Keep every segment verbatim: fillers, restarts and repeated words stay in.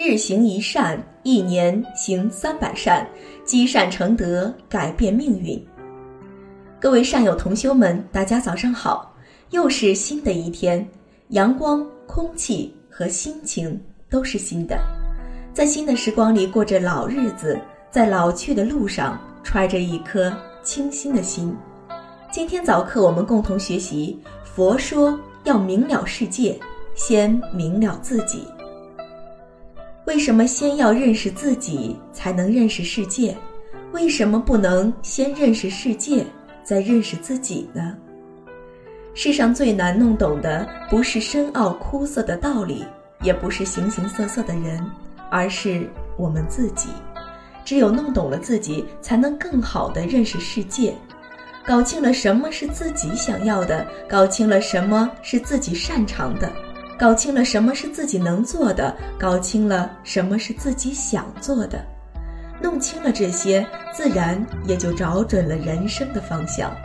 日行一善，一年行三百善，积善成德，改变命运。各位善友同修们，大家早上好，又是新的一天，阳光、空气和心情都是新的，在新的时光里过着老日子，在老去的路上揣着一颗清新的心。今天早课我们共同学习，佛说要明了世界，先明了自己。为什么先要认识自己才能认识世界？为什么不能先认识世界再认识自己呢？世上最难弄懂的不是深奥枯涩的道理，也不是形形色色的人，而是我们自己。只有弄懂了自己，才能更好地认识世界。搞清了什么是自己想要的，搞清了什么是自己擅长的，搞清了什么是自己能做的，搞清了什么是自己想做的，弄清了这些，自然也就找准了人生的方向。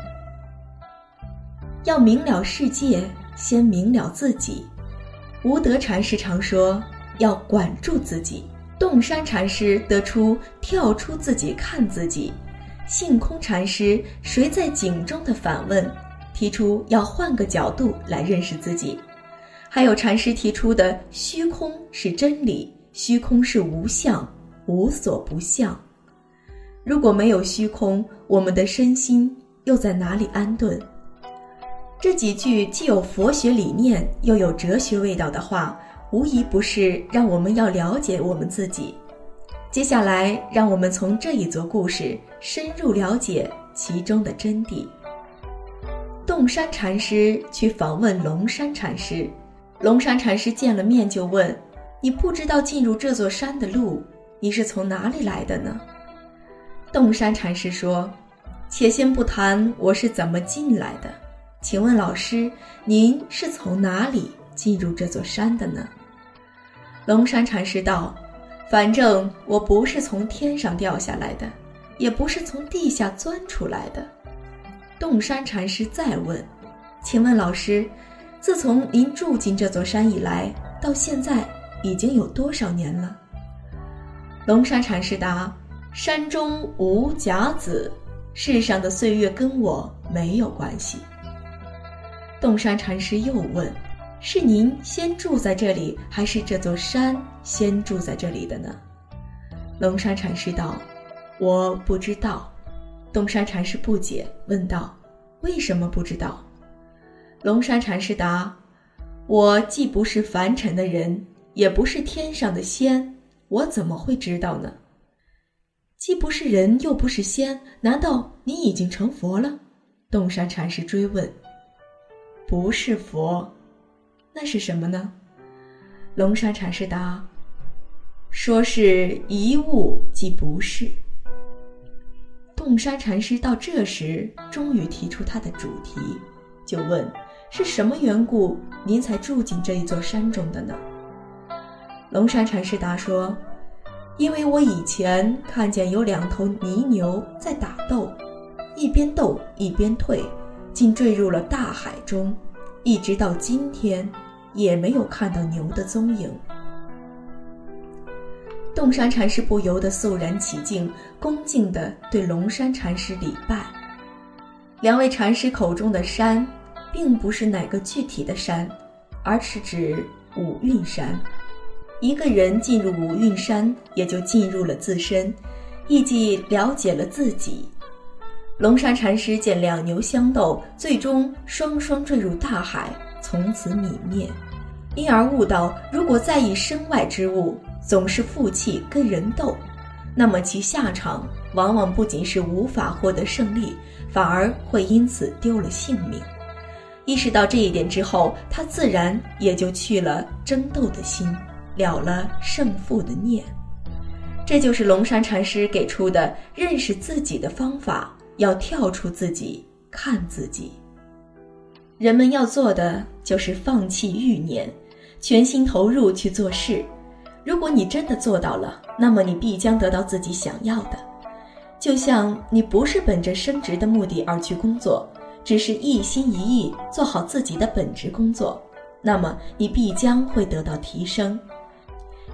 要明了世界，先明了自己。无德禅师常说，要管住自己。洞山禅师得出跳出自己看自己。性空禅师谁在井中的反问，提出要换个角度来认识自己。还有禅师提出的虚空是真理，虚空是无相，无所不相。如果没有虚空，我们的身心又在哪里安顿？这几句既有佛学理念又有哲学味道的话，无疑不是让我们要了解我们自己。接下来让我们从这一则故事深入了解其中的真谛。洞山禅师去访问龙山禅师，龙山禅师见了面就问，你不知道进入这座山的路，你是从哪里来的呢？洞山禅师说，且先不谈我是怎么进来的，请问老师，您是从哪里进入这座山的呢？龙山禅师道，反正我不是从天上掉下来的，也不是从地下钻出来的。洞山禅师再问，请问老师，自从您住进这座山以来，到现在已经有多少年了？龙山禅师答，山中无甲子，世上的岁月跟我没有关系。洞山禅师又问，是您先住在这里，还是这座山先住在这里的呢？龙山禅师道，我不知道。洞山禅师不解，问道，为什么不知道？龙山禅师答，我既不是凡尘的人，也不是天上的仙，我怎么会知道呢？既不是人，又不是仙，难道你已经成佛了？洞山禅师追问。不是佛。那是什么呢？龙山禅师答，说是一物即不是。洞山禅师到这时终于提出他的主题，就问，是什么缘故您才住进这一座山中的呢？龙山禅师答说，因为我以前看见有两头泥牛在打斗，一边斗一边退，竟坠入了大海中，一直到今天也没有看到牛的踪影。洞山禅师不由得肃然起敬，恭敬地对龙山禅师礼拜。两位禅师口中的山，并不是哪个具体的山，而是指五蕴山。一个人进入五蕴山，也就进入了自身，亦即了解了自己。龙山禅师见两牛相斗，最终双双坠入大海，从此泯灭，因而悟到，如果在意身外之物，总是负气跟人斗，那么其下场往往不仅是无法获得胜利，反而会因此丢了性命。意识到这一点之后，他自然也就去了争斗的心，了了胜负的念。这就是龙山禅师给出的认识自己的方法，要跳出自己，看自己。人们要做的就是放弃欲念，全心投入去做事。如果你真的做到了，那么你必将得到自己想要的。就像你不是本着升职的目的而去工作，只是一心一意做好自己的本职工作，那么你必将会得到提升。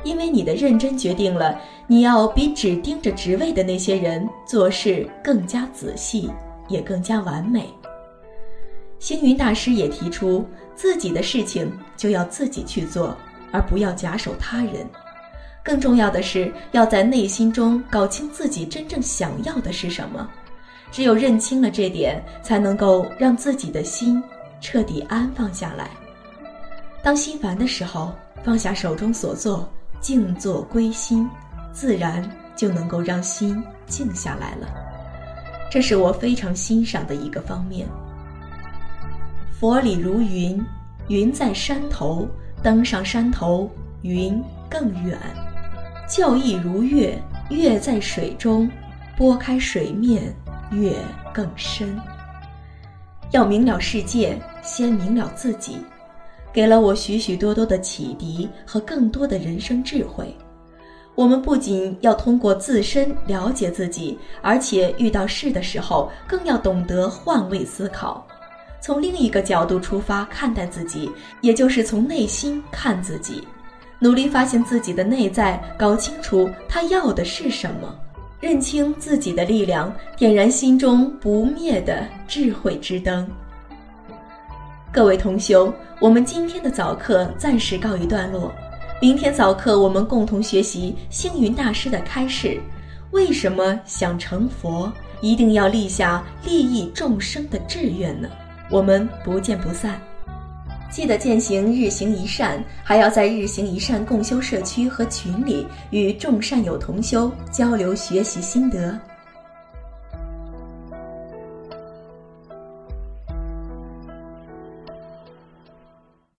因为你的认真决定了你要比只盯着职位的那些人做事更加仔细，也更加完美。星云大师也提出，自己的事情就要自己去做，而不要假手他人。更重要的是，要在内心中搞清自己真正想要的是什么。只有认清了这点，才能够让自己的心彻底安放下来。当心烦的时候，放下手中所做，静坐归心，自然就能够让心静下来了。这是我非常欣赏的一个方面。佛理如云，云在山头，登上山头，云更远。教义如月，月在水中，拨开水面，月更深。要明了世界，先明了自己，给了我许许多多的启迪和更多的人生智慧。我们不仅要通过自身了解自己，而且遇到事的时候更要懂得换位思考，从另一个角度出发看待自己，也就是从内心看自己，努力发现自己的内在，搞清楚他要的是什么，认清自己的力量，点燃心中不灭的智慧之灯。各位同修，我们今天的早课暂时告一段落，明天早课我们共同学习星云大师的开示，为什么想成佛一定要立下利益众生的志愿呢？我们不见不散。记得践行日行一善，还要在日行一善共修社区和群里与众善友同修交流学习心得。